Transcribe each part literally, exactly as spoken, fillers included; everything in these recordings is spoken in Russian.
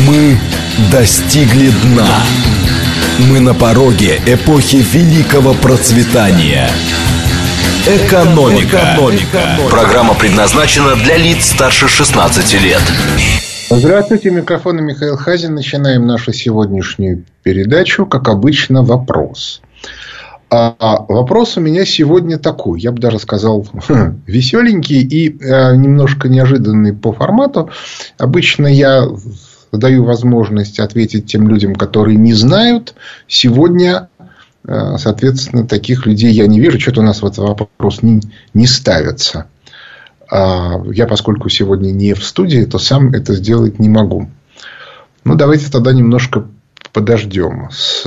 Мы достигли дна. Мы на пороге эпохи великого процветания. Экономика. Экономика. Программа предназначена для лиц старше шестнадцати лет. Здравствуйте, микрофон Михаил Хазин. Начинаем нашу сегодняшнюю передачу. Как обычно, вопрос. А вопрос у меня сегодня такой. Я бы даже сказал, веселенький и немножко неожиданный по формату. Обычно я даю возможность ответить тем людям, которые не знают. Сегодня, соответственно, таких людей я не вижу. Что-то у нас в этот вопрос не, не ставится. Я, поскольку сегодня не в студии, то сам это сделать не могу. Ну, давайте тогда немножко подождем с,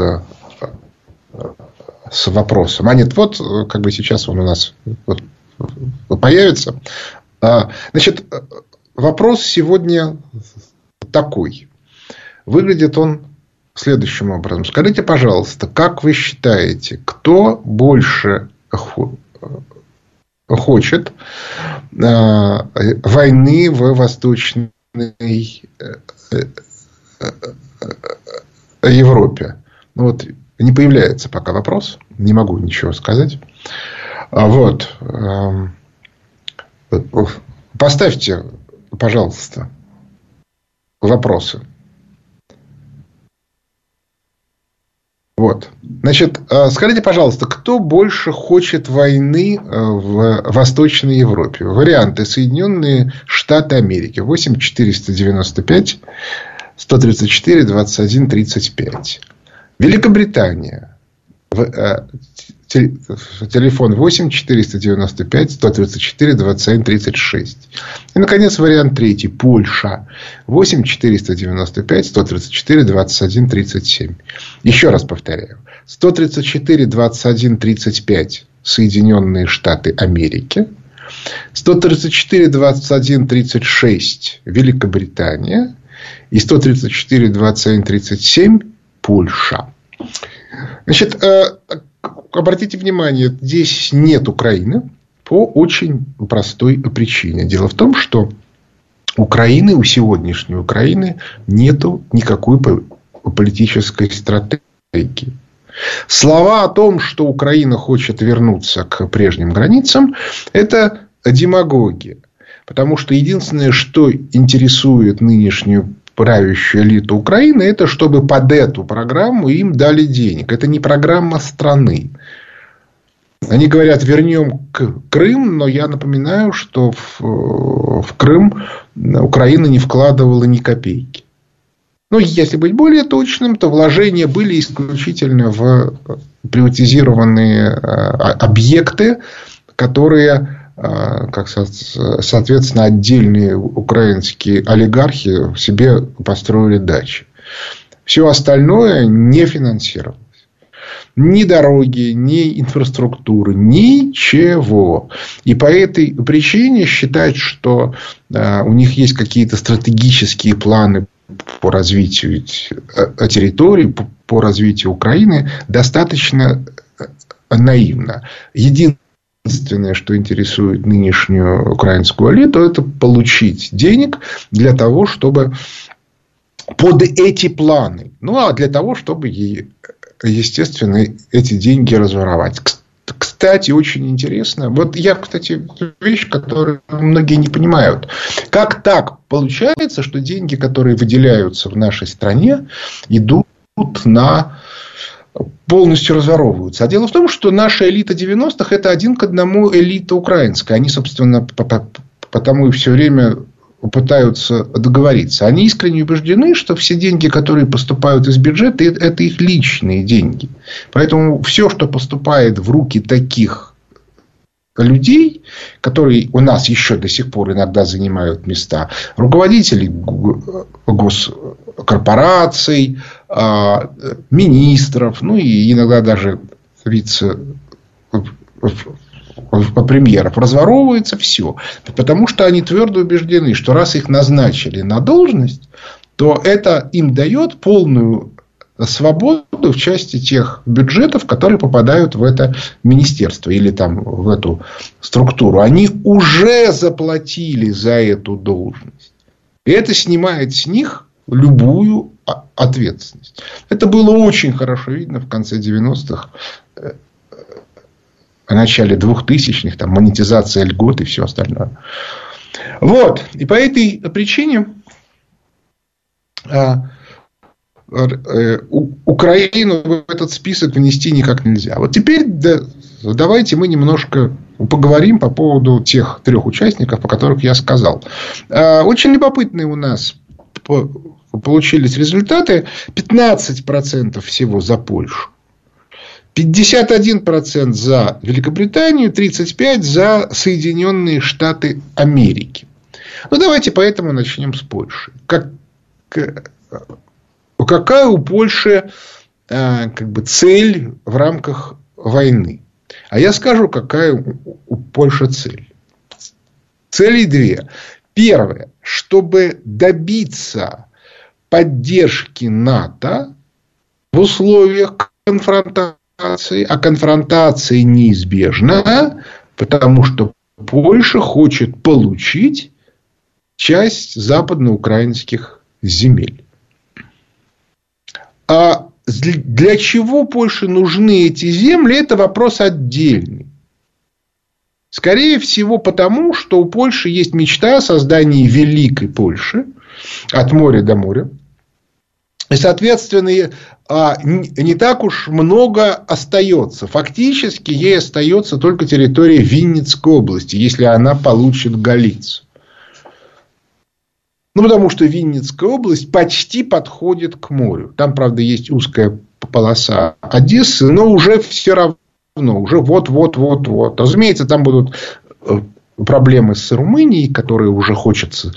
с вопросом. А нет, вот как бы сейчас он у нас вот появится. Значит, вопрос сегодня такой. Выглядит он следующим образом. Скажите, пожалуйста, как вы считаете, кто больше хочет э, войны в Восточной Европе? Ну, вот не появляется пока вопрос. Не могу ничего сказать. Вот. Поставьте, пожалуйста, вопросы. Вот. Значит, скажите, пожалуйста, кто больше хочет войны в Восточной Европе? Варианты: Соединенные Штаты Америки восемь четыреста девяносто пять сто тридцать четыре двадцать один тридцать пять. Великобритания. Телефон восемь четыреста девяносто пять сто тридцать четыре двадцать один тридцать шесть. И, наконец, вариант третий. Польша. восемь четыреста девяносто пять сто тридцать четыре двадцать один тридцать семь. Еще раз повторяю. сто тридцать четыре двадцать один тридцать пять. Соединенные Штаты Америки. сто тридцать четыре двадцать один тридцать шесть. Великобритания. И сто тридцать четыре двадцать один тридцать семь. Польша. Значит, обратите внимание, здесь нет Украины по очень простой причине. Дело в том, что Украины, у сегодняшней Украины нету никакой политической стратегии. Слова о том, что Украина хочет вернуться к прежним границам, это демагогия. Потому что единственное, что интересует нынешнюю правящую элиту Украины, это чтобы под эту программу им дали денег. Это не программа страны. Они говорят, вернем Крым, но я напоминаю, что в, в Крым Украина не вкладывала ни копейки. Ну, если быть более точным, то вложения были исключительно в приватизированные объекты, которые, как, соответственно, отдельные украинские олигархи себе построили дачи. Все остальное не финансировалось. Ни дороги, ни инфраструктуры, ничего. И по этой причине считать, что у них есть какие-то стратегические планы по развитию территории, по развитию Украины, достаточно наивно. Единственное, Единственное, что интересует нынешнюю украинскую элиту, это получить денег для того, чтобы под эти планы. Ну, а для того, чтобы, естественно, эти деньги разворовать. Кстати, очень интересно. Вот я, кстати, вещь, которую многие не понимают. Как так получается, что деньги, которые выделяются в нашей стране, идут на... полностью разворовываются. А дело в том, что наша элита девяностых это один к одному элита украинская. Они, собственно, потому и все время пытаются договориться. Они искренне убеждены, что все деньги, которые поступают из бюджета, это их личные деньги. Поэтому все, что поступает в руки таких людей, которые у нас еще до сих пор иногда занимают места руководителей госкорпораций, министров, ну и иногда даже вице-премьеров, разворовывается все. Потому что они твердо убеждены, что раз их назначили на должность, то это им дает полную свободу в части тех бюджетов, которые попадают в это министерство или там в эту структуру. Они уже заплатили за эту должность. И это снимает с них любую ответственность. Это было очень хорошо видно в конце девяностых, в начале двухтысячных, там, монетизация льгот и все остальное. Вот. И по этой причине Украину в этот список внести никак нельзя. Вот теперь да, давайте мы немножко поговорим по поводу тех трех участников, о которых я сказал. Очень любопытные у нас получились результаты. пятнадцать процентов всего за Польшу. пятьдесят один процент за Великобританию, тридцать пять процентов за Соединенные Штаты Америки. Ну, давайте поэтому начнем с Польши. Как, какая у Польши как бы, цель в рамках войны? А я скажу, какая у Польши цель. Целей две. Первое. Чтобы добиться поддержки НАТО в условиях конфронтации. А конфронтация неизбежна, потому что Польша хочет получить часть западноукраинских земель. А для чего Польше нужны эти земли, это вопрос отдельный. Скорее всего, потому, что у Польши есть мечта о создании великой Польши от моря до моря. И, соответственно, не так уж много остается. Фактически, ей остается только территория Винницкой области, если она получит Галицию. Ну, потому что Винницкая область почти подходит к морю. Там, правда, есть узкая полоса Одессы, но уже все равно. Уже вот-вот-вот-вот. Разумеется, там будут проблемы с Румынией, которые уже хочется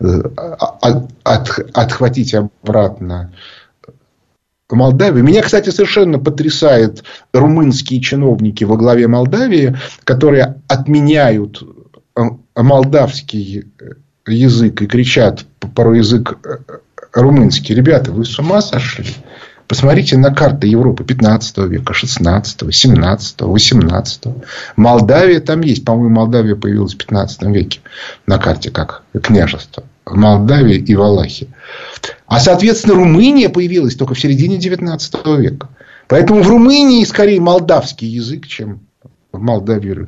отхватить обратно Молдавию. Меня, кстати, совершенно потрясают румынские чиновники во главе Молдавии, которые отменяют молдавский язык и кричат про язык румынский. Ребята, вы с ума сошли? Посмотрите на карты Европы пятнадцатого века, шестнадцатого, семнадцатого, восемнадцатого. Молдавия там есть. По-моему, Молдавия появилась в пятнадцатом веке на карте как княжество. Молдавия и Валахия. А, соответственно, Румыния появилась только в середине девятнадцатого века. Поэтому в Румынии скорее молдавский язык, чем в Молдавии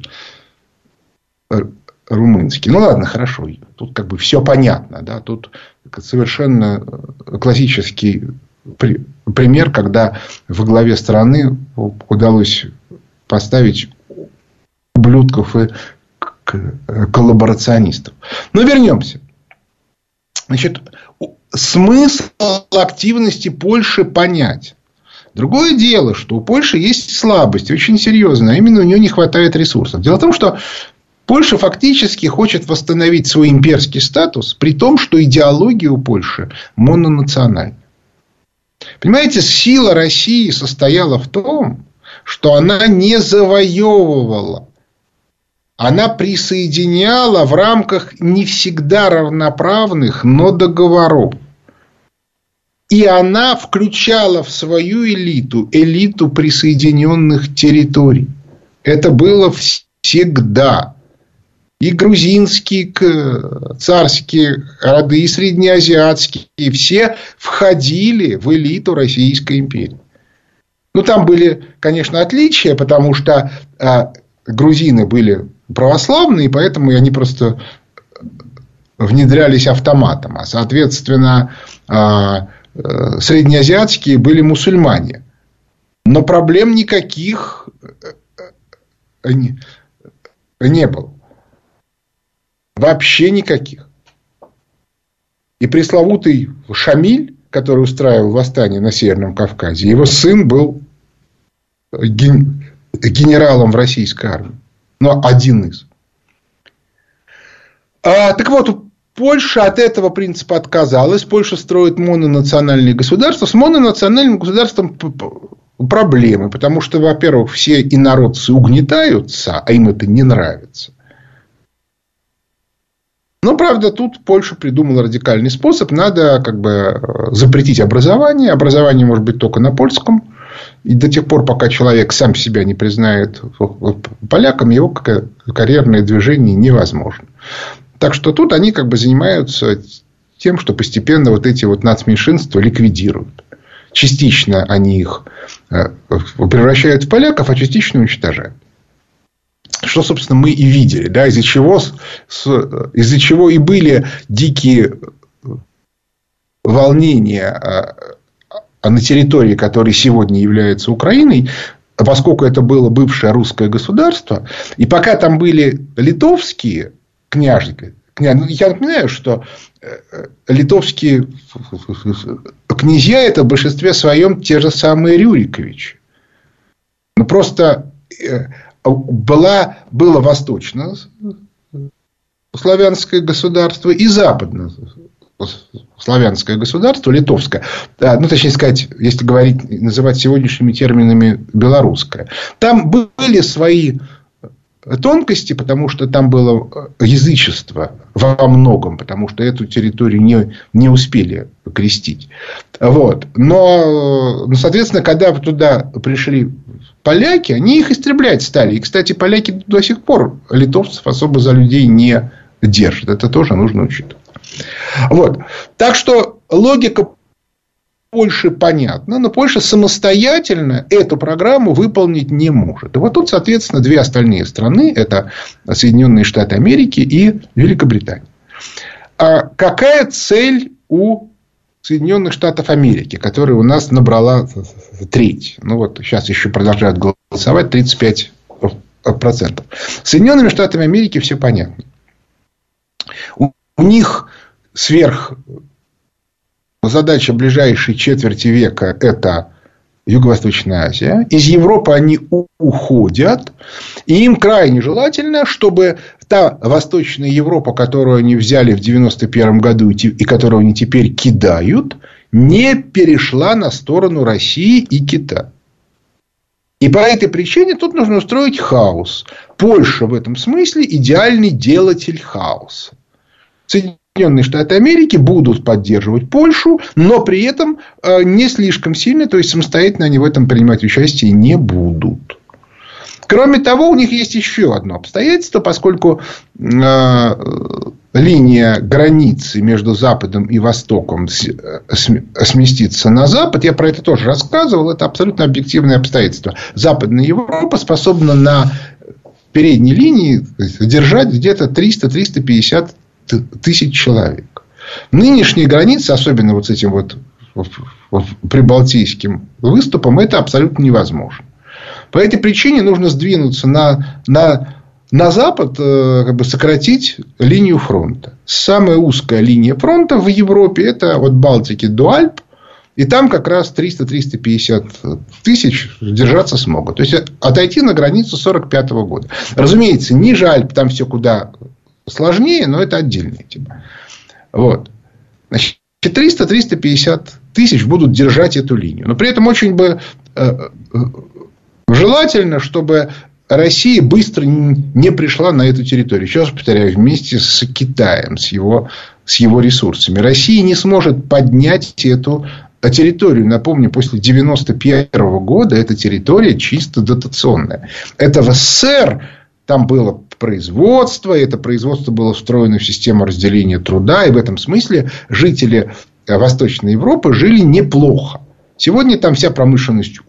румынский. Ну, ладно, хорошо. Тут как бы все понятно. Да? Тут совершенно классический пример, когда во главе страны удалось поставить ублюдков и коллаборационистов. Но вернемся. Значит, смысл активности Польши понять. Другое дело, что у Польши есть слабость, очень серьезная, а именно у нее не хватает ресурсов. Дело в том, что Польша фактически хочет восстановить свой имперский статус, при том, что идеология у Польши мононациональная. Понимаете, сила России состояла в том, что она не завоевывала. Она присоединяла в рамках не всегда равноправных, но договоров. И она включала в свою элиту элиту присоединенных территорий. Это было всегда. И грузинские царские роды, и среднеазиатские, все входили в элиту Российской империи. Ну, там были, конечно, отличия, потому что а, грузины были православные, поэтому они просто внедрялись автоматом. А, соответственно, а, а, среднеазиатские были мусульмане. Но проблем никаких не, не было. Вообще никаких. И пресловутый Шамиль, который устраивал восстание на Северном Кавказе, его сын был ген... генералом в российской армии. Но один из. А, так вот, Польша от этого принципа отказалась. Польша строит мононациональные государства. С мононациональным государством проблемы. Потому что, во-первых, все инородцы угнетаются, а им это не нравится. Но, правда, тут Польша придумала радикальный способ. Надо как бы запретить образование. Образование может быть только на польском. И до тех пор, пока человек сам себя не признает поляком, его карьерное движение невозможно. Так что тут они как бы занимаются тем, что постепенно вот эти вот нацменьшинства ликвидируют. Частично они их превращают в поляков, а частично уничтожают. Что, собственно, мы и видели. Да, из-за чего, из-за чего и были дикие волнения на территории, которая сегодня является Украиной, поскольку это было бывшее русское государство. И пока там были литовские княжники, я напоминаю, что литовские князья это в большинстве своем те же самые Рюриковичи. Но просто была, было восточно-славянское государство и западно-славянское государство, литовское. Ну, точнее сказать, если говорить, называть сегодняшними терминами, белорусское. Там были свои тонкости, потому что там было язычество во многом, потому что эту территорию не, не успели крестить. Вот. Но, ну, соответственно, когда туда пришли поляки, они их истреблять стали. И, кстати, поляки до сих пор литовцев особо за людей не держат. Это тоже нужно учитывать. Вот. Так что логика Польши понятна, но Польша самостоятельно эту программу выполнить не может. И вот тут, соответственно, две остальные страны, это Соединенные Штаты Америки и Великобритания. А какая цель у Соединенных Штатов Америки, которая у нас набрала треть? Ну, вот сейчас еще продолжают голосовать тридцать пять процентов. С Соединенными Штатами Америки все понятно. У, у них сверх... Задача ближайшей четверти века – это Юго-Восточная Азия. Из Европы они уходят. И им крайне желательно, чтобы та Восточная Европа, которую они взяли в девяносто первом году и которую они теперь кидают, не перешла на сторону России и Китая. И по этой причине тут нужно устроить хаос. Польша в этом смысле идеальный делатель хаоса. Соединенные Штаты Америки будут поддерживать Польшу, но при этом не слишком сильно, то есть самостоятельно они в этом принимать участие не будут. Кроме того, у них есть еще одно обстоятельство, поскольку э, линия границы между Западом и Востоком сместится на Запад, я про это тоже рассказывал, это абсолютно объективное обстоятельство. Западная Европа способна на передней линии держать где-то триста - триста пятьдесят тысяч человек. Нынешние границы, особенно вот с этим вот прибалтийским выступом, это абсолютно невозможно. По этой причине нужно сдвинуться на, на, на запад, как бы сократить линию фронта. Самая узкая линия фронта в Европе – это от Балтики до Альп. И там как раз триста - триста пятьдесят тысяч держаться смогут. То есть отойти на границу сорок пятого года. Разумеется, ниже Альп там все куда сложнее, но это отдельная тема. Вот. Значит, триста - триста пятьдесят тысяч будут держать эту линию. Но при этом очень бы э, э, желательно, чтобы Россия быстро не пришла на эту территорию. Еще раз повторяю, вместе с Китаем, с его, с его ресурсами. Россия не сможет поднять эту территорию. Напомню, после девяносто первого года эта территория чисто дотационная. Это в СССР там было производство, это производство было встроено в систему разделения труда, и в этом смысле жители Восточной Европы жили неплохо. Сегодня там вся промышленность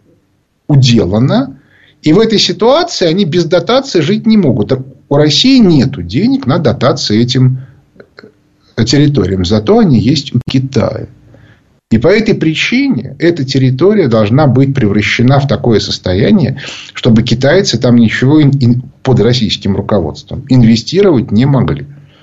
уделана, и в этой ситуации они без дотации жить не могут. У России нет денег на дотации этим территориям, зато они есть у Китая. И по этой причине эта территория должна быть превращена в такое состояние, чтобы китайцы там ничего под российским руководством инвестировать не могли.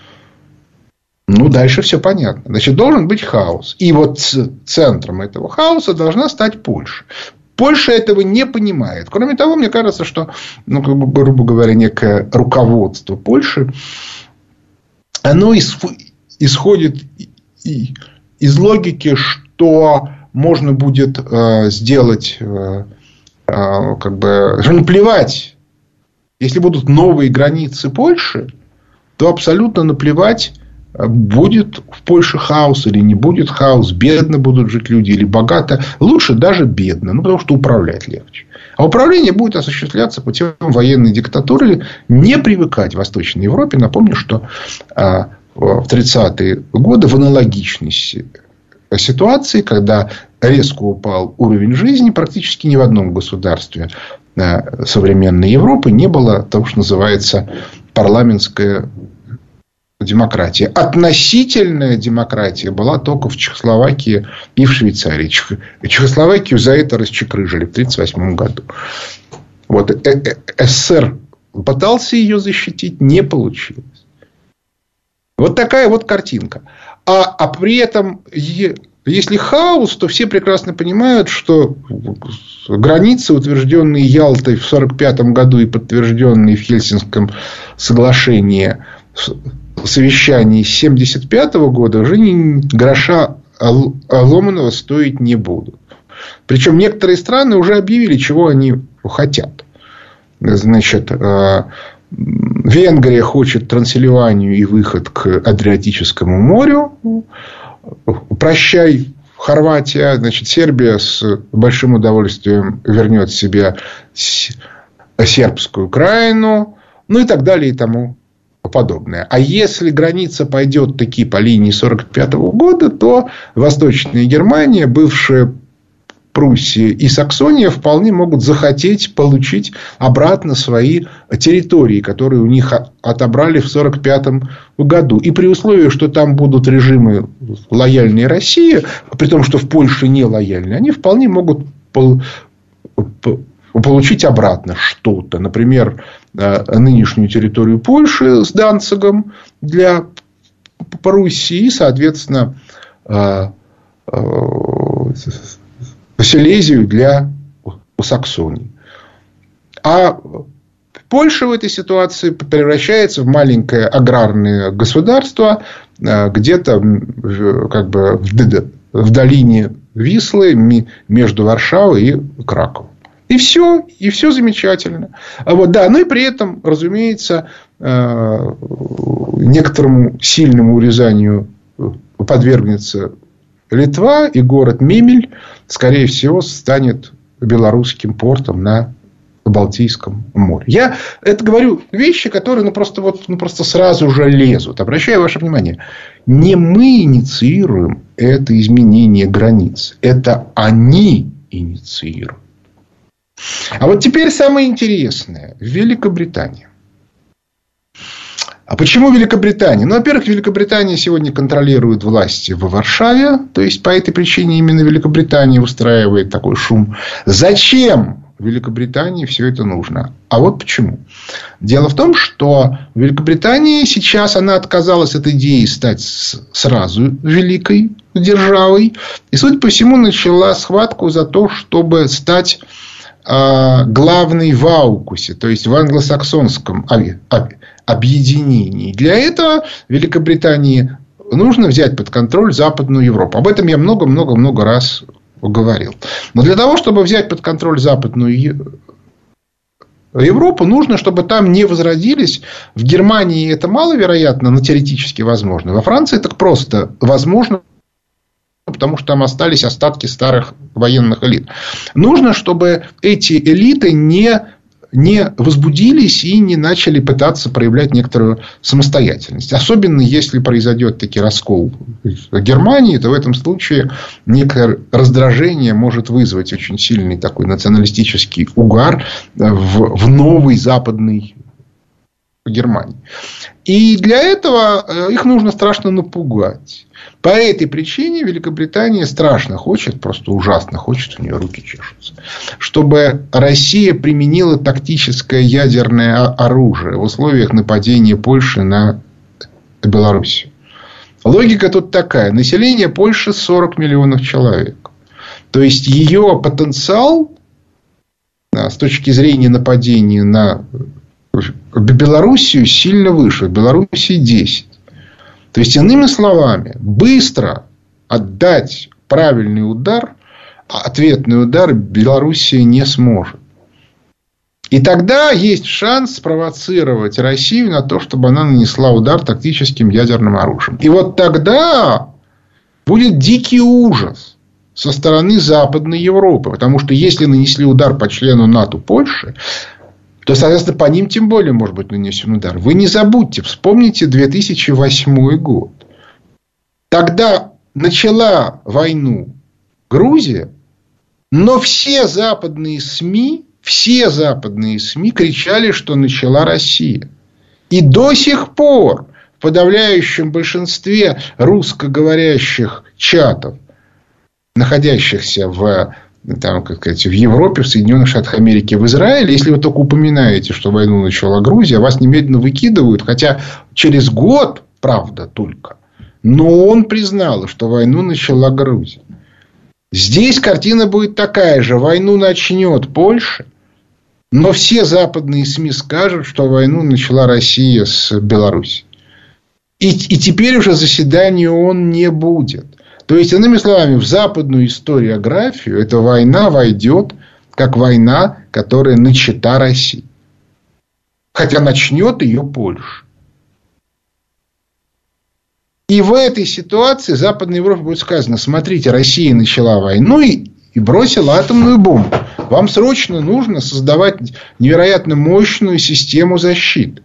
Ну, дальше все понятно. Значит, должен быть хаос. И вот центром этого хаоса должна стать Польша. Польша этого не понимает. Кроме того, мне кажется, что, ну, грубо говоря, некое руководство Польши, оно исходит из логики, что можно будет э, сделать, э, э, как бы, наплевать, если будут новые границы Польши, то абсолютно наплевать, будет в Польше хаос или не будет хаос, бедно будут жить люди или богато, лучше даже бедно, ну, потому что управлять легче. А управление будет осуществляться путем военной диктатуры, не привыкать в Восточной Европе. Напомню, что э, в тридцатые годы в аналогичной ситуации, когда резко упал уровень жизни, практически ни в одном государстве современной Европы не было того, что называется парламентская демократия. Относительная демократия была только в Чехословакии и в Швейцарии. Чехословакию за это расчекрыжили в тысяча девятьсот тридцать восьмом году. Вот. СССР пытался ее защитить, не получилось. Вот такая вот картинка. А, а при этом, если хаос, то все прекрасно понимают, что границы, утвержденные Ялтой в сорок пятом году и подтвержденные в Хельсинском соглашении, совещании семьдесят пятого года, уже ни гроша ломаного стоить не будут. Причем некоторые страны уже объявили, чего они хотят. Значит, Венгрия хочет Трансильванию и выход к Адриатическому морю. Прощай, Хорватия. Значит, Сербия с большим удовольствием вернет себе сербскую Краину. Ну и так далее и тому подобное. А если граница пойдет таки по линии сорок пятого года, то Восточная Германия, бывшая Пруссия и Саксония, вполне могут захотеть получить обратно свои территории, которые у них отобрали в сорок пятом году. И при условии, что там будут режимы лояльные России, при том, что в Польше не лояльные, они вполне могут получить обратно что-то. Например, нынешнюю территорию Польши с Данцигом для Пруссии и, соответственно, Силезию для Саксонии. А Польша в этой ситуации превращается в маленькое аграрное государство где-то как бы в долине Вислы между Варшавой и Краковом. И все, и все замечательно. А вот, да, ну и при этом, разумеется, некоторому сильному урезанию подвергнется Литва, и город Мемель, скорее всего, станет белорусским портом на Балтийском море. Я это говорю вещи, которые ну, просто, вот, ну, просто сразу же лезут. Обращаю ваше внимание. Не мы инициируем это изменение границ. Это они инициируют. А вот теперь самое интересное. Великобритания. А почему Великобритания? Ну, во-первых, Великобритания сегодня контролирует власти в Варшаве. То есть, по этой причине именно Великобритания устраивает такой шум. Зачем Великобритании все это нужно? А вот почему. Дело в том, что Великобритания сейчас она отказалась от идеи стать сразу великой державой. И, судя по всему, начала схватку за то, чтобы стать главной в Аукусе, то есть в англосаксонском объединении. Для этого Великобритании нужно взять под контроль Западную Европу. Об этом я много-много-много раз говорил. Но для того, чтобы взять под контроль Западную Европу, нужно, чтобы там не возродились. В Германии это маловероятно, но теоретически возможно. Во Франции так просто возможно, потому что там остались остатки старых военных элит. Нужно, чтобы эти элиты не, не возбудились и не начали пытаться проявлять некоторую самостоятельность. Особенно, если произойдет таки раскол Германии, то в этом случае некое раздражение может вызвать очень сильный такой националистический угар в, в новой западной Германии. И для этого их нужно страшно напугать. По этой причине Великобритания страшно хочет, просто ужасно хочет, у нее руки чешутся, чтобы Россия применила тактическое ядерное оружие в условиях нападения Польши на Белоруссию. Логика тут такая. Население Польши сорок миллионов человек. То есть, ее потенциал с точки зрения нападения на Белоруссию сильно выше. В Белоруссии десять. То есть, иными словами, быстро отдать правильный удар, ответный удар Белоруссия не сможет. И тогда есть шанс спровоцировать Россию на то, чтобы она нанесла удар тактическим ядерным оружием. И вот тогда будет дикий ужас со стороны Западной Европы. Потому что если нанесли удар по члену НАТО Польши, то, соответственно, по ним тем более может быть нанесен удар. Вы не забудьте, вспомните две тысячи восьмой год. Тогда начала войну Грузия, но все западные СМИ, все западные СМИ кричали, что начала Россия. И до сих пор в подавляющем большинстве русскоговорящих чатов, находящихся в, там, как сказать, в Европе, в Соединенных Штатах Америки, в Израиле, если вы только упоминаете, что войну начала Грузия, вас немедленно выкидывают, хотя через год, правда, только, но он признал, что войну начала Грузия. Здесь картина будет такая же. Войну начнет Польша, но все западные СМИ скажут, что войну начала Россия с Беларусью. И, и теперь уже заседания он не будет. То есть, иными словами, в западную историографию эта война войдет как война, которая начата Россией. Хотя начнет ее Польша. И в этой ситуации Западной Европе будет сказано: смотрите, Россия начала войну и, и бросила атомную бомбу. Вам срочно нужно создавать невероятно мощную систему защиты.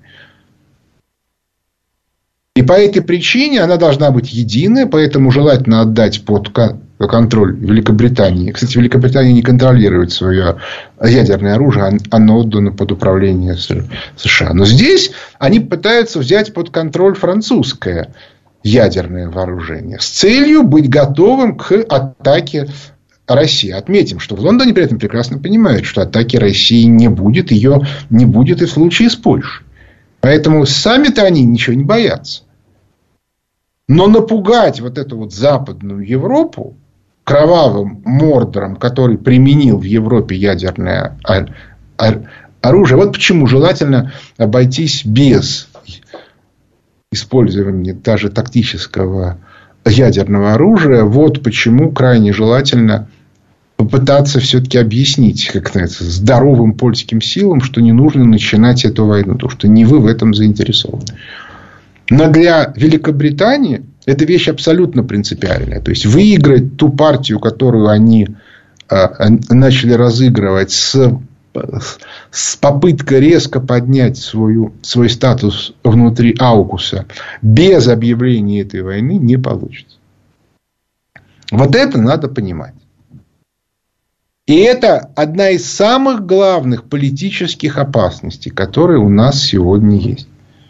И по этой причине она должна быть единая, поэтому желательно отдать под контроль Великобритании. Кстати, Великобритания не контролирует свое ядерное оружие, оно отдано под управление США. Но здесь они пытаются взять под контроль французское ядерное вооружение с целью быть готовым к атаке России. Отметим, что в Лондоне при этом прекрасно понимают, что атаки России не будет, ее не будет и в случае с Польшей. Поэтому сами-то они ничего не боятся. Но напугать вот эту вот Западную Европу кровавым мордором, который применил в Европе ядерное оружие, вот почему желательно обойтись без использования даже тактического ядерного оружия. Вот почему крайне желательно попытаться все-таки объяснить, как это, здоровым польским силам, что не нужно начинать эту войну, потому что не вы в этом заинтересованы. Но для Великобритании это вещь абсолютно принципиальная. То есть выиграть ту партию, которую они а, начали разыгрывать с, с попыткой резко поднять свою, свой статус внутри Аукуса без объявления этой войны, не получится. Вот это надо понимать. И это одна из самых главных политических опасностей, которые у нас сегодня есть.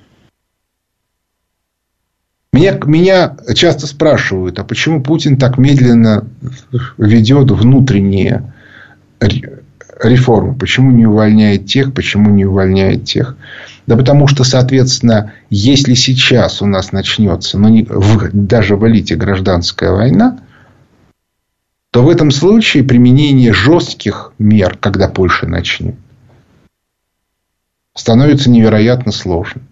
Меня, меня часто спрашивают, а почему Путин так медленно ведет внутренние реформы? Почему не увольняет тех, почему не увольняет тех? Да потому что, соответственно, если сейчас у нас начнется, ну, не, в, даже в элите гражданская война, то в этом случае применение жестких мер, когда Польша начнет, становится невероятно сложным.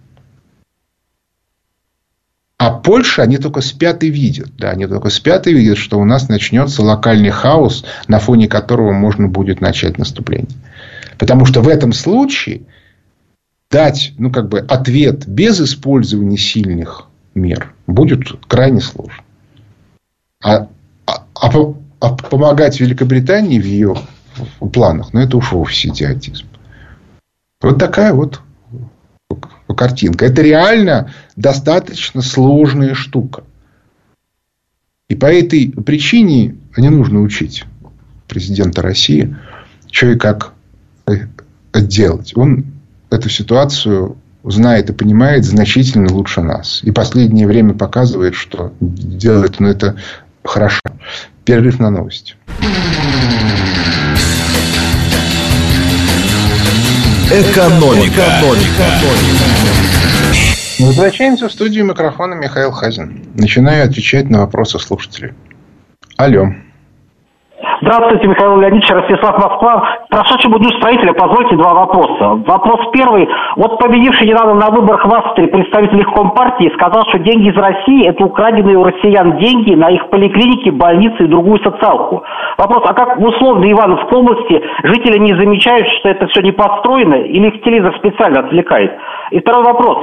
А Польша, они только спят и видят. Да, они только спят и видят, что у нас начнется локальный хаос, на фоне которого можно будет начать наступление. Потому что в этом случае дать, ну, как бы, ответ без использования сильных мер будет крайне сложно. А, а, а, а помогать Великобритании в ее планах, ну, это уж вовсе идиотизм. Вот такая вот картинка. Это реально достаточно сложная штука. И по этой причине не нужно учить президента России, что и как делать. Он эту ситуацию знает и понимает значительно лучше нас. И последнее время показывает, что делает он это хорошо. Перерыв на новости. Экономика. Экономика. Возвращаемся в студию, микрофона Михаил Хазин. Начинаю отвечать на вопросы слушателей. Алло. Здравствуйте, Михаил Леонидович, Ростислав, Москва. Прошедшему дню строителя позвольте два вопроса. Вопрос первый. Вот победивший недавно на выборах в Австрии представитель их компартии сказал, что деньги из России – это украденные у россиян деньги на их поликлиники, больницы и другую социалку. Вопрос, а как в условной Ивановской области жители не замечают, что это все не подстроено или их телевизор специально отвлекает? И второй вопрос.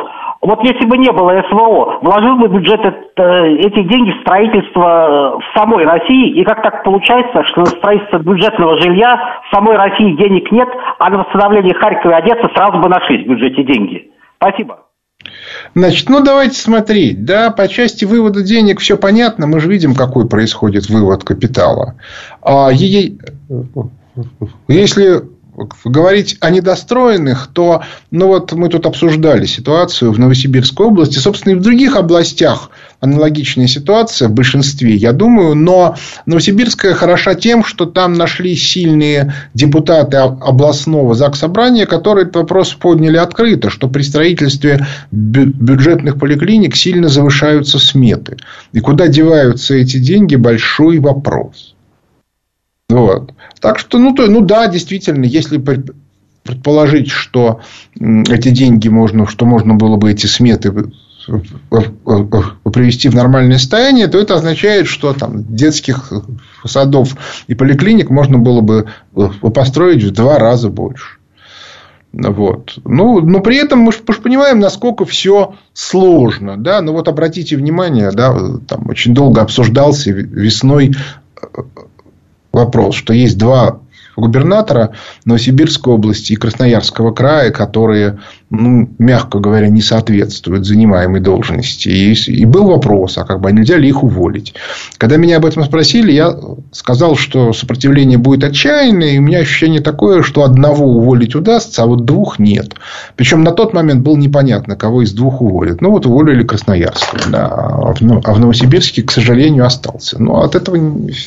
Вот если бы не было СВО, вложил бы бюджет эти деньги в строительство в самой России, и как так получается, что на строительство бюджетного жилья в самой России денег нет, а на восстановление Харькова и Одессы сразу бы нашлись в бюджете деньги. Спасибо. Значит, ну давайте смотреть. Да, по части вывода денег все понятно. Мы же видим, какой происходит вывод капитала. А ей... Если говорить о недостроенных, то ну вот мы тут обсуждали ситуацию в Новосибирской области. Собственно, и в других областях аналогичная ситуация в большинстве, я думаю. Но Новосибирская хороша тем, что там нашлись сильные депутаты областного заксобрания, которые этот вопрос подняли открыто, что при строительстве бюджетных поликлиник сильно завышаются сметы. И куда деваются эти деньги – большой вопрос. Вот. Так что, ну, то, ну да, действительно, если предположить, что эти деньги можно, что можно было бы эти сметы привести в нормальное состояние, то это означает, что там детских садов и поликлиник можно было бы построить в два раза больше. Вот. Ну, но при этом мы же понимаем, насколько все сложно. Да? Ну, вот обратите внимание, да, там очень долго обсуждался весной вопрос, что есть два губернатора Новосибирской области и Красноярского края, которые, ну, мягко говоря, не соответствуют занимаемой должности. И, и был вопрос, а как бы нельзя ли их уволить? Когда меня об этом спросили, я сказал, что сопротивление будет отчаянное, и у меня ощущение такое, что одного уволить удастся, а вот двух нет. Причем на тот момент было непонятно, кого из двух уволят. Ну, вот уволили Красноярского, да, а в Новосибирске, к сожалению, остался. Но от этого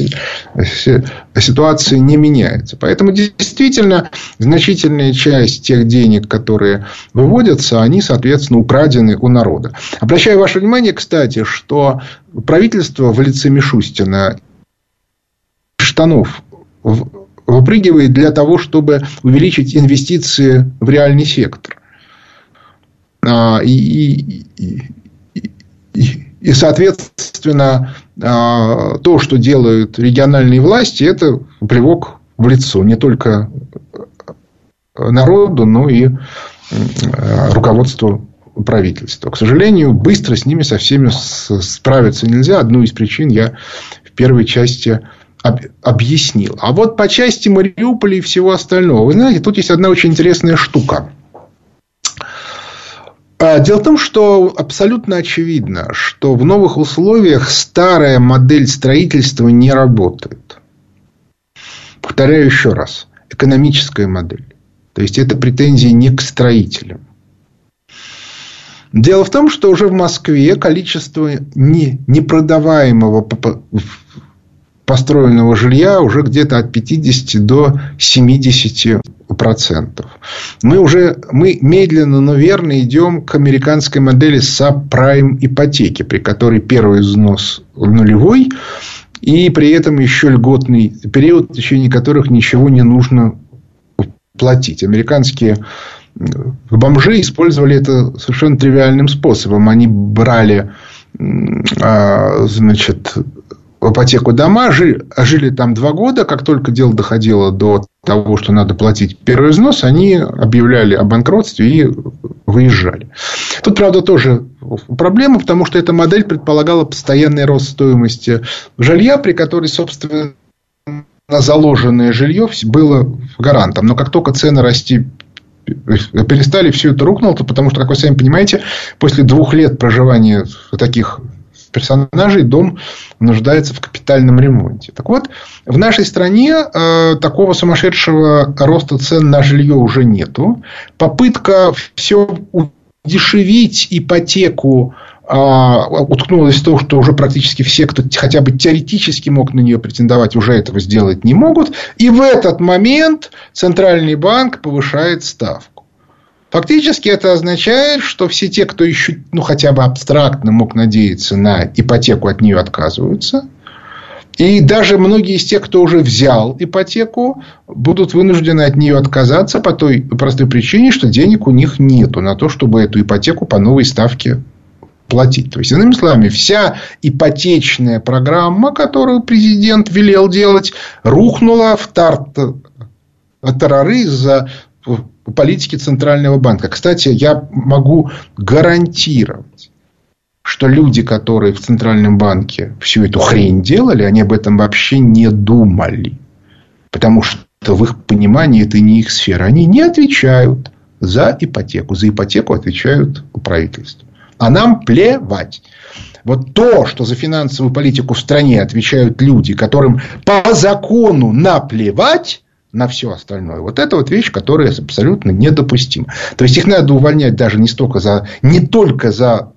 ситуация не меняется. Поэтому, действительно, значительная часть тех денег, которые выводятся, они, соответственно, украдены у народа. Обращаю ваше внимание, кстати, что правительство в лице Мишустина из штанов выпрыгивает для того, чтобы увеличить инвестиции в реальный сектор. И, и, и, и соответственно, то, что делают региональные власти, это плевок в лицо не только народу, но и руководству правительства. К сожалению, быстро с ними со всеми справиться нельзя. Одну из причин я в первой части объяснил. А вот по части Мариуполя и всего остального. Вы знаете, тут есть одна очень интересная штука. Дело в том, что абсолютно очевидно, что в новых условиях старая модель строительства не работает. Повторяю еще раз. Экономическая модель. То есть, это претензии не к строителям. Дело в том, что уже в Москве количество не, непродаваемого построенного жилья уже где-то от пятидесяти до семидесяти процентов. Мы уже мы медленно, но верно идем к американской модели сабпрайм ипотеки, при которой первый взнос нулевой, и при этом еще льготный период, в течение которых ничего не нужно платить. Американские бомжи использовали это совершенно тривиальным способом. Они брали, значит, ипотеку дома, жили, жили там два года. Как только дело доходило до того, что надо платить первый взнос, они объявляли о банкротстве и выезжали. Тут, правда, тоже проблема, потому что эта модель предполагала постоянный рост стоимости жилья, при которой, собственно, заложенное жилье было гарантом. Но как только цены расти перестали, все это рухнуло, потому что, как вы сами понимаете, после двух лет проживания таких персонажей дом нуждается в капитальном ремонте. Так вот, в нашей стране э, такого сумасшедшего роста цен на жилье уже нету. Попытка все удешевить ипотеку э, уткнулась в то, что уже практически все, кто хотя бы теоретически мог на нее претендовать, уже этого сделать не могут. И в этот момент Центральный банк повышает ставку. Фактически это означает, что все те, кто еще, ну, хотя бы абстрактно мог надеяться на ипотеку, от нее отказываются. И даже многие из тех, кто уже взял ипотеку, будут вынуждены от нее отказаться по той простой причине, что денег у них нету на то, чтобы эту ипотеку по новой ставке платить. То есть, иными словами, вся ипотечная программа, которую президент велел делать, рухнула в тартарары из-за политики Центрального банка. Кстати, я могу гарантировать, что люди, которые в Центральном банке всю эту хрень делали, они об этом вообще не думали. Потому что в их понимании это не их сфера. Они не отвечают за ипотеку. За ипотеку отвечают правительство. А нам плевать. Вот то, что за финансовую политику в стране отвечают люди, которым по закону наплевать на все остальное. Вот это вот вещь, которая абсолютно недопустима. То есть их надо увольнять даже не столько за, не только за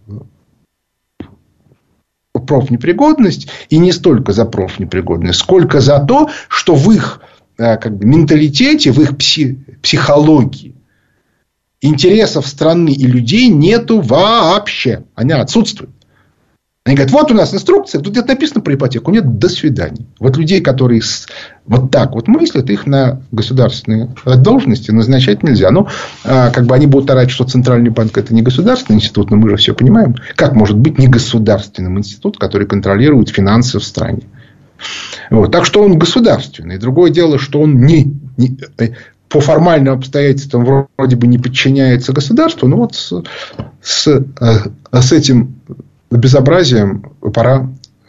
профнепригодность и не столько за профнепригодность, сколько за то, что в их как бы, менталитете, в их пси, психологии интересов страны и людей нету вообще. Они отсутствуют. Они говорят, вот у нас инструкция, тут где-то написано про ипотеку. Нет, до свидания. Вот людей, которые вот так вот мыслят, их на государственные должности назначать нельзя. Ну, как бы они будут орать, что Центральный банк это не государственный институт, но мы же все понимаем. Как может быть не государственным институт, который контролирует финансы в стране? Вот. Так что он государственный. Другое дело, что он не, не, по формальным обстоятельствам вроде бы не подчиняется государству. Но вот с, с, с этим безобразием пора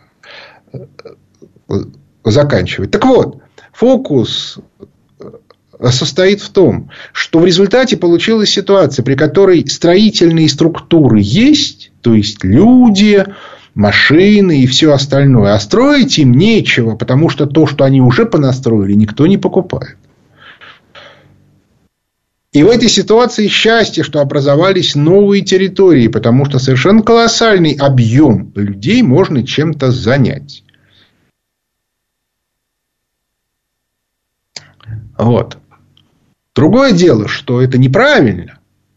заканчивать. Так вот, фокус состоит в том, что в результате получилась ситуация, при которой строительные структуры есть, то есть люди, машины и все остальное, а строить им нечего, потому что то, что они уже понастроили, никто не покупает. И в этой ситуации счастье, что образовались новые территории, потому что совершенно колоссальный объем людей можно чем-то занять. Вот. Другое дело, что это неправильно.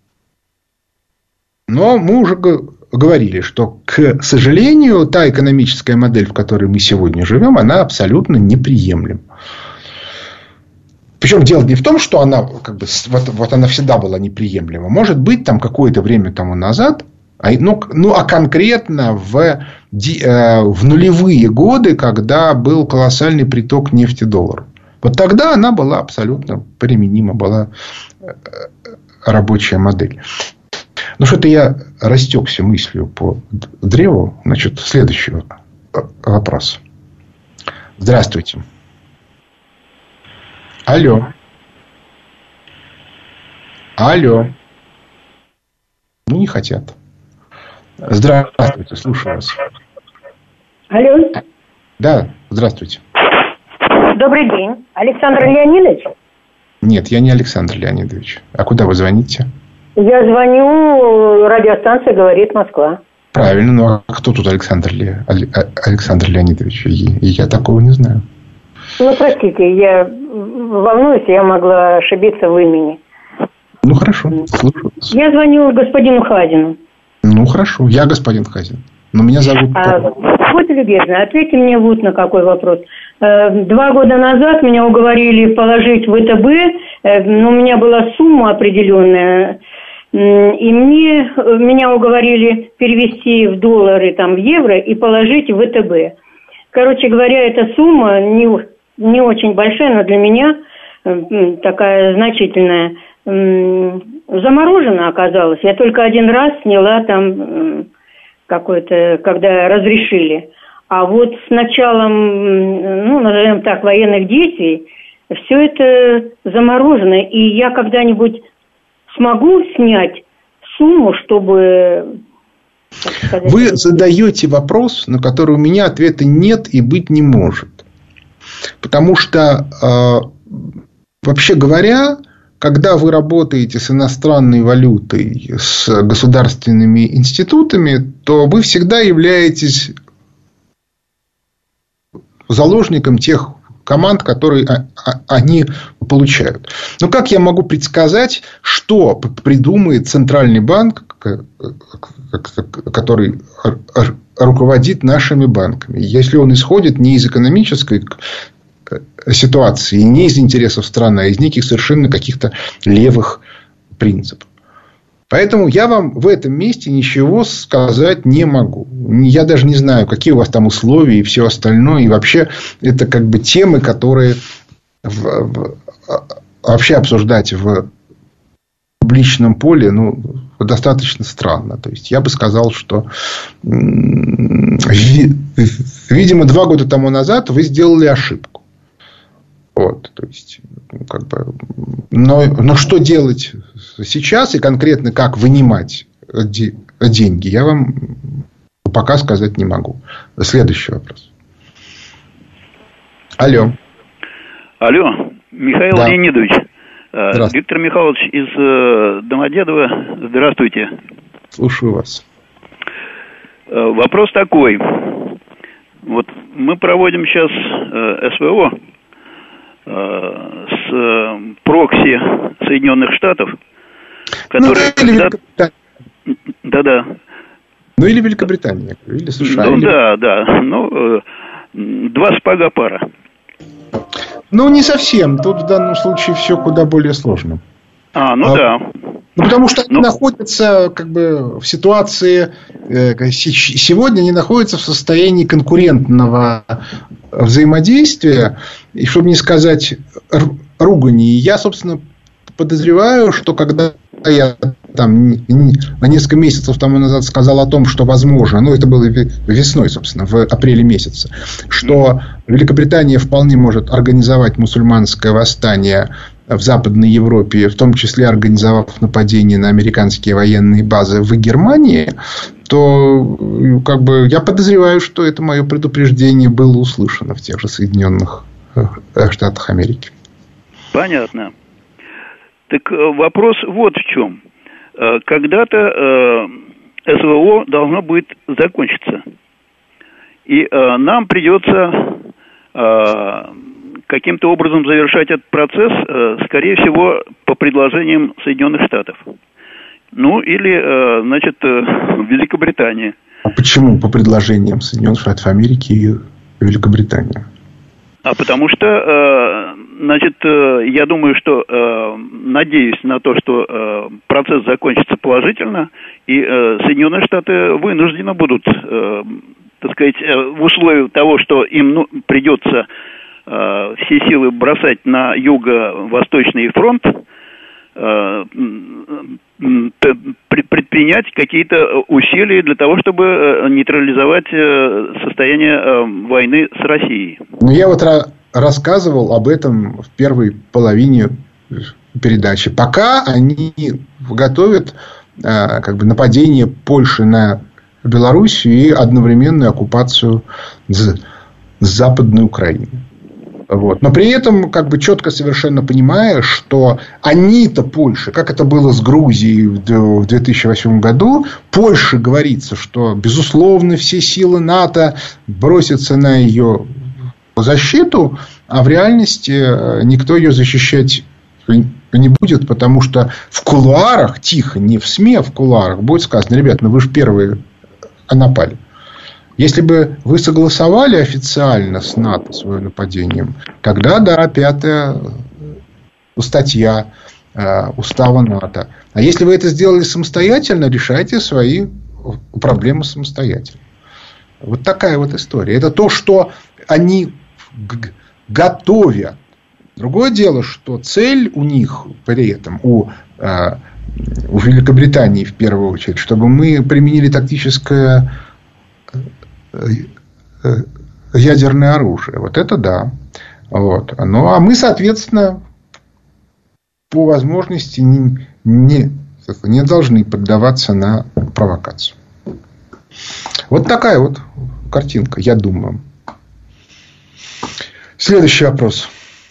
Но мы уже говорили, что, к сожалению, та экономическая модель, в которой мы сегодня живем, она абсолютно неприемлема. Причем дело не в том, что она, как бы, вот, вот она всегда была неприемлема. Может быть, там какое-то время тому назад, ну, ну а конкретно в, э, в нулевые годы, когда был колоссальный приток нефти-доллара. Вот тогда она была абсолютно применима, была рабочая модель. Ну, что-то я растекся мыслью по древу. Значит, следующий вопрос. Здравствуйте. Алло. Алло. Ну, не хотят. Здравствуйте, слушаю вас. Алло. Да, здравствуйте. Добрый день. Александр Леонидович? Нет, я не Александр Леонидович. А куда вы звоните? Я звоню, радиостанция «Говорит Москва». Правильно, ну а кто тут Александр, Ле... Александр Леонидович? Я такого не знаю. Ну, простите, я волнуюсь, я могла ошибиться в имени. Ну, хорошо, слушаю. Я звоню господину Хазину. Ну, хорошо, я господин Хазин. Но меня зовут... А, будьте любезны, ответьте мне вот на какой вопрос. Два года назад меня уговорили положить в ВТБ, но у меня была сумма определенная, и мне, меня уговорили перевести в доллары, там, в евро и положить в ВТБ. Короче говоря, эта сумма не, не очень большая, но для меня такая значительная. Заморожена оказалась. Я только один раз сняла там какой-то, когда разрешили. А вот с началом, ну, назовем так, военных действий, все это заморожено. И я когда-нибудь смогу снять сумму, чтобы... Сказать, вы задаете вопрос, на который у меня ответа нет и быть не может. Потому что, э, вообще говоря, когда вы работаете с иностранной валютой, с государственными институтами, то вы всегда являетесь заложником тех команд, которые они получают. Но как я могу предсказать, что придумает Центральный банк, который руководит нашими банками, если он исходит не из экономической ситуации, не из интересов страны, а из неких совершенно каких-то левых принципов. Поэтому я вам в этом месте ничего сказать не могу. Я даже не знаю, какие у вас там условия и все остальное. И вообще это как бы темы, которые в, в, вообще обсуждать в публичном поле, ну, достаточно странно. То есть, я бы сказал, что, видимо, два года тому назад вы сделали ошибку. Вот, то есть, как бы, но, но что делать сейчас и конкретно как вынимать деньги, я вам пока сказать не могу. Следующий вопрос. Алло. Алло, Михаил да. Леонидович. Виктор Михайлович из Домодедова. Здравствуйте. Слушаю вас. Вопрос такой. Вот мы проводим сейчас СВО с прокси Соединенных Штатов, которые... Ну, или Великобритания. Да-да. Ну, или Великобритания, или США. Ну, или... да, да. Ну, два сапога пара. Ну, не совсем. Тут в данном случае все куда более сложно. А, ну а, да. Ну, потому что ну... они находятся как бы в ситуации... Э, сегодня они находятся в состоянии конкурентного взаимодействия. И, чтобы не сказать ругани. Я, собственно, подозреваю, что когда я там на несколько месяцев тому назад сказал о том, что возможно, ну, это было весной, собственно, в апреле месяце, что Великобритания вполне может организовать мусульманское восстание в Западной Европе, в том числе организовав нападение на американские военные базы в Германии, то как бы я подозреваю, что это мое предупреждение было услышано в тех же Соединенных Штатах Америки. Понятно. Так вопрос вот в чем. Когда-то э, СВО должно будет закончиться. И э, нам придется э, каким-то образом завершать этот процесс, э, скорее всего, по предложениям Соединенных Штатов. Ну, или, э, значит, э, Великобритании. А почему по предложениям Соединенных Штатов Америки и Великобритании? А потому что, э, значит, э, я думаю, что, э, надеюсь на то, что э, процесс закончится положительно, и э, Соединенные Штаты вынуждены будут, э, так сказать, э, в условиях того, что им ну, придется э, все силы бросать на юго-восточный фронт, э, предпринять какие-то усилия для того, чтобы нейтрализовать состояние войны с Россией. Ну, я вот рассказывал об этом в первой половине передачи. Пока они готовят как бы нападение Польши на Белоруссию и одновременную оккупацию Западной Украины. Вот. Но при этом как бы четко совершенно понимая, что они-то Польша, как это было с Грузией в две тысячи восьмом году, Польше говорится, что безусловно все силы НАТО бросятся на ее защиту, а в реальности никто ее защищать не будет, потому что в кулуарах, тихо, не в СМИ, а в кулуарах будет сказано: ребят, ну вы же первые напали. Если бы вы согласовали официально с НАТО свое нападение, когда, да, пятая статья э, устава НАТО. А если вы это сделали самостоятельно, решайте свои проблемы самостоятельно. Вот такая вот история. Это то, что они г- готовят. Другое дело, что цель у них при этом, у, э, у Великобритании в первую очередь, чтобы мы применили тактическое ядерное оружие. Вот это да. Вот. Ну, а мы, соответственно, по возможности не, не, не должны поддаваться на провокацию. Вот такая вот картинка, я думаю. Следующий вопрос.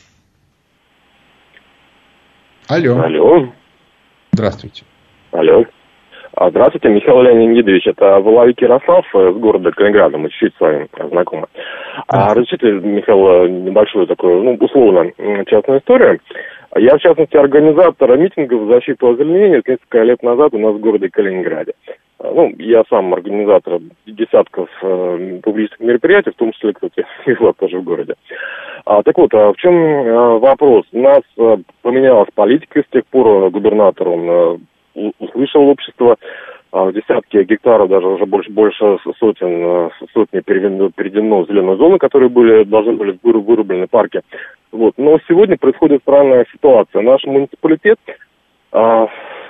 Алло. Алло. Здравствуйте. Алло. Здравствуйте, Михаил Леонидович. Это Воловик Ярослав с города Калининграда. Мы чуть-чуть с вами знакомы. А, разрешите, Михаил, небольшую такую, ну, условно, частную историю. Я, в частности, организатор митингов в защиту озеленения несколько лет назад у нас в городе Калининграде. Ну, я сам организатор десятков э, публичных мероприятий, в том числе, кстати, и вот тоже в городе. А, так вот, а в чем а, вопрос? У нас а, поменялась политика с тех пор. Губернатор, он а, услышал общество, а, десятки гектаров, даже уже больше, больше сотен, а, сотни переведено, переведено в зеленую зону, которые были, должны были вырублены парки. Вот. Но сегодня происходит странная ситуация. Наш муниципалитет а,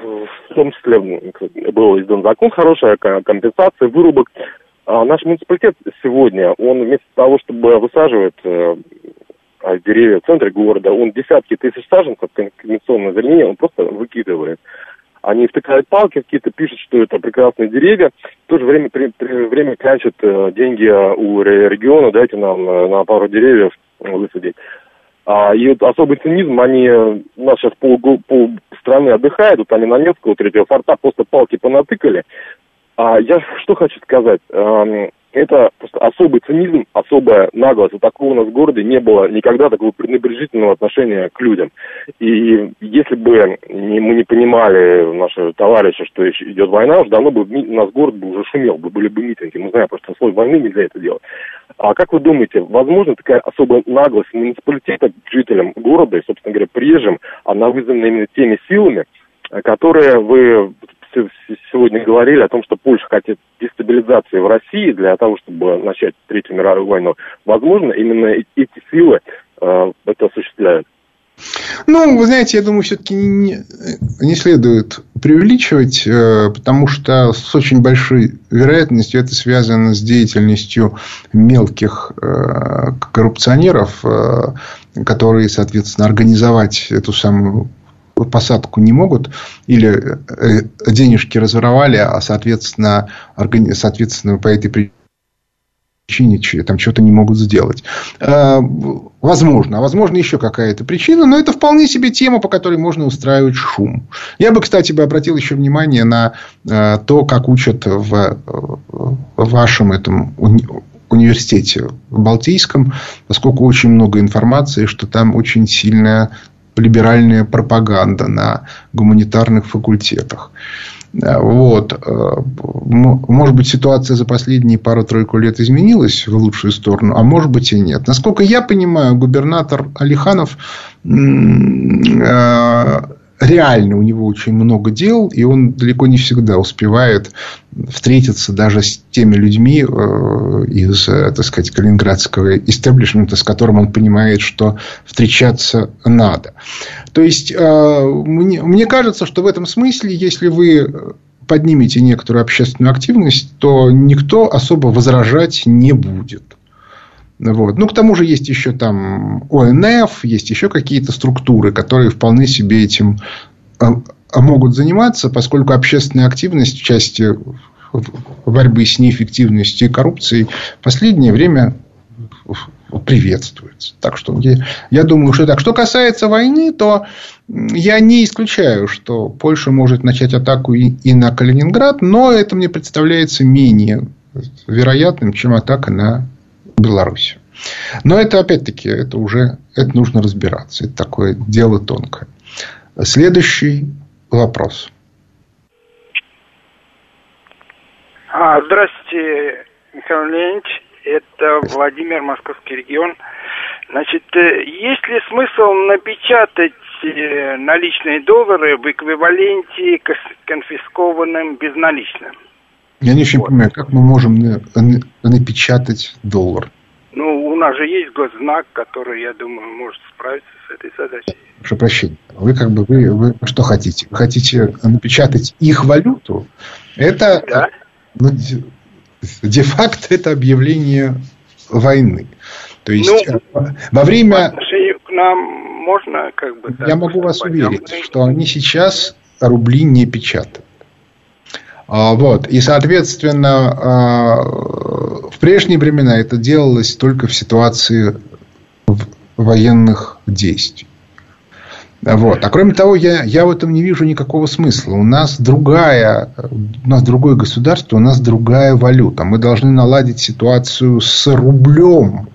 в том числе был издан закон хороший, компенсация вырубок. А наш муниципалитет сегодня, он вместо того, чтобы высаживать э, деревья в центре города, он десятки тысяч саженцев конвенционной озеленения, он просто выкидывает. Они втыкают палки какие-то, пишут, что это прекрасные деревья, в то же время, при, при, время клянчат э, деньги у региона, дайте нам э, на пару деревьев высадить. А, и вот особый цинизм, они, у нас сейчас пол, пол страны отдыхает, вот они на Невского, третьего форта просто палки понатыкали. А я что хочу сказать, э, это просто особый цинизм, особая наглость. Вот такого у нас в городе не было никогда, такого пренебрежительного отношения к людям. И если бы не, мы не понимали, наши товарищи, что идет война, уже давно бы у нас город бы уже шумел, бы были бы митинги. Мы знаем, просто слой войны нельзя это делать. А как вы думаете, возможно такая особая наглость муниципалитета к жителям города и, собственно говоря, приезжим, она вызвана именно теми силами, которые вы сегодня говорили о том, что Польша хотит дестабилизации в России для того, чтобы начать Третью мировую войну. Возможно, именно эти силы э, это осуществляют. Ну, вы знаете, я думаю, все-таки не, не следует преувеличивать, э, потому что с очень большой вероятностью это связано с деятельностью мелких э, коррупционеров, э, которые, соответственно, организовать эту самую посадку не могут, или денежки разворовали, а соответственно, соответственно по этой причине там что-то не могут сделать. Возможно. А возможно, еще какая-то причина, но это вполне себе тема, по которой можно устраивать шум. Я бы, кстати, бы обратил еще внимание на то, как учат в вашем этом университете в Балтийском, поскольку очень много информации, что там очень сильная либеральная пропаганда на гуманитарных факультетах. Вот. Может быть, ситуация за последние пару-тройку лет изменилась в лучшую сторону, а может быть и нет. Насколько я понимаю, губернатор Алиханов, реально у него очень много дел, и он далеко не всегда успевает встретиться даже с теми людьми из, так сказать, калининградского истеблишмента, с которым он понимает, что встречаться надо. То есть, мне, мне кажется, что в этом смысле, если вы поднимете некоторую общественную активность, то никто особо возражать не будет. Вот. Ну, к тому же, есть еще там О Эн Эф, есть еще какие-то структуры, которые вполне себе этим могут заниматься, поскольку общественная активность в части борьбы с неэффективностью и коррупцией в последнее время приветствуется. Так что я, я думаю, что так. Что касается войны, то я не исключаю, что Польша может начать атаку и, и на Калининград, но это мне представляется менее вероятным, чем атака на Беларусь. Но это, опять-таки, это уже это нужно разбираться. Это такое дело тонкое. Следующий вопрос. А, здравствуйте, Михаил Леонидович. Это Владимир, Московский регион. Значит, есть ли смысл напечатать наличные доллары в эквиваленте конфискованным безналичным? Я не очень вот. понимаю, как мы можем напечатать доллар? Ну, у нас же есть госзнак, который, я думаю, может справиться с этой задачей. Прошу прощения. Вы как бы вы, вы что хотите? Вы хотите напечатать их валюту? Это да. ну, де-факто это объявление войны. То есть ну, во время... По отношению к нам можно как бы... Я могу вас уверить, что они сейчас рубли не печатают. Вот. И, соответственно, в прежние времена это делалось только в ситуации военных действий. Вот. А кроме того, я, я в этом не вижу никакого смысла. У нас другая, у нас другое государство, у нас другая валюта. Мы должны наладить ситуацию с рублем,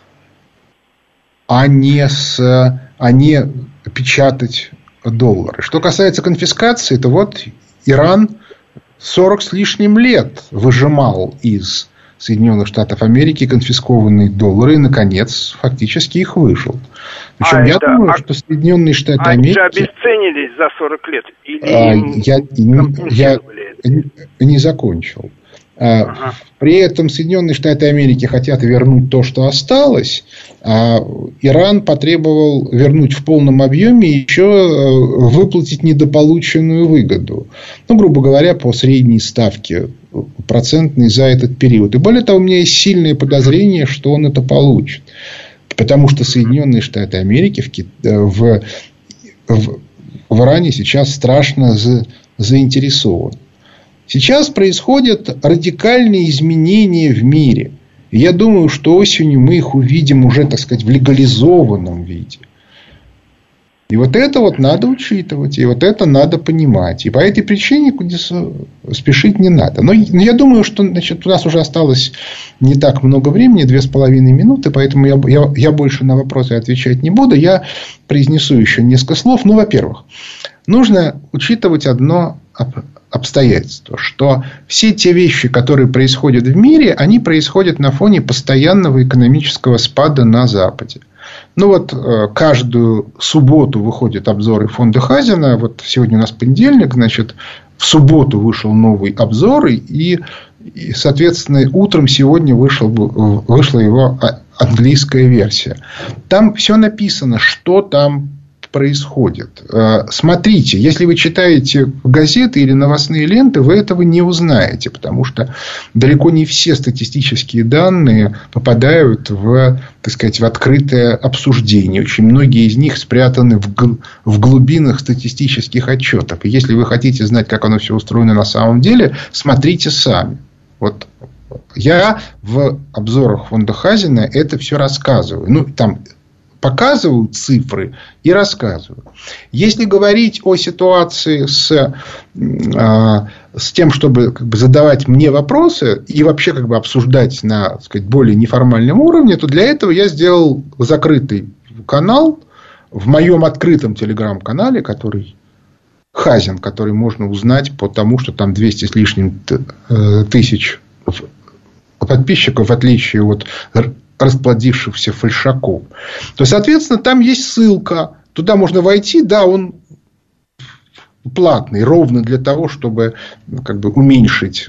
а не, с, а не печатать доллары. Что касается конфискации, то вот Иран сорок с лишним лет выжимал из Соединенных Штатов Америки конфискованные доллары и, наконец, фактически их выжил. Причем а я это, думаю, а, что Соединенные Штаты а Америки... Они же обесценились за сорок лет? Или а, я, я, я не закончил. Ага. При этом Соединенные Штаты Америки хотят вернуть то, что осталось, а Иран потребовал вернуть в полном объеме и еще выплатить недополученную выгоду. Ну, грубо говоря, по средней ставке процентной за этот период. И более того, у меня есть сильное подозрение, что он это получит. Потому что Соединенные Штаты Америки в, в, в, в Иране сейчас страшно за, заинтересованы. Сейчас происходят радикальные изменения в мире. И я думаю, что осенью мы их увидим уже, так сказать, в легализованном виде. И вот это вот надо учитывать. И вот это надо понимать. И по этой причине спешить не надо. Но я думаю, что, значит, у нас уже осталось не так много времени, две с половиной минуты. Поэтому я, я, я больше на вопросы отвечать не буду. Я произнесу еще несколько слов. Ну, во-первых, нужно учитывать одно обстоятельство, что все те вещи, которые происходят в мире, они происходят на фоне постоянного экономического спада на Западе. Ну, вот каждую субботу выходят обзоры фонда Хазина. Вот сегодня у нас понедельник, значит, в субботу вышел новый обзор, и, и соответственно, утром сегодня вышел, вышла его английская версия. Там все написано, что там происходит. Смотрите, если вы читаете газеты или новостные ленты, вы этого не узнаете, потому что далеко не все статистические данные попадают в, так сказать, в открытое обсуждение. Очень многие из них спрятаны в, в глубинах статистических отчетов. И если вы хотите знать, как оно все устроено на самом деле, смотрите сами. Вот я в обзорах фонда Хазина это все рассказываю. Ну, там показываю цифры и рассказываю. Если говорить о ситуации с, э, с тем, чтобы как бы задавать мне вопросы и вообще как бы обсуждать на, так сказать, более неформальном уровне, то для этого я сделал закрытый канал в моем открытом телеграм-канале, который Хазин, который можно узнать по тому, что там двести с лишним тысяч подписчиков, в отличие от расплодившихся фальшаков. То, соответственно, там есть ссылка. Туда можно войти. Да, он платный. Ровно для того, чтобы как бы уменьшить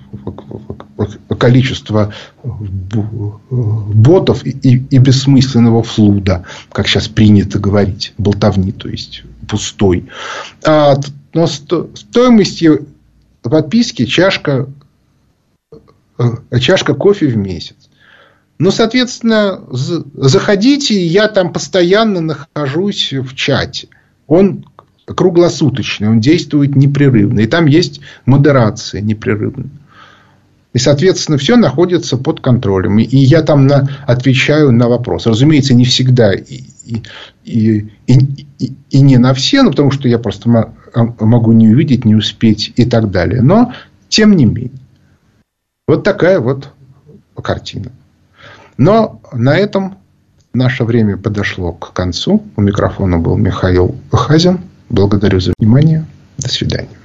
количество ботов и, и бессмысленного флуда. Как сейчас принято говорить. Болтовни, то есть пустой. А, но сто, стоимостью подписки чашка, чашка кофе в месяц. Ну, соответственно, заходите, я там постоянно нахожусь в чате. Он круглосуточный, он действует непрерывно. И там есть модерация непрерывная. И, соответственно, все находится под контролем. И я там на, отвечаю на вопросы. Разумеется, не всегда и, и, и, и, и не на все, ну, потому что я просто могу не увидеть, не успеть и так далее. Но, тем не менее. Вот такая вот картина. Но на этом наше время подошло к концу. У микрофона был Михаил Хазин. Благодарю за внимание. До свидания.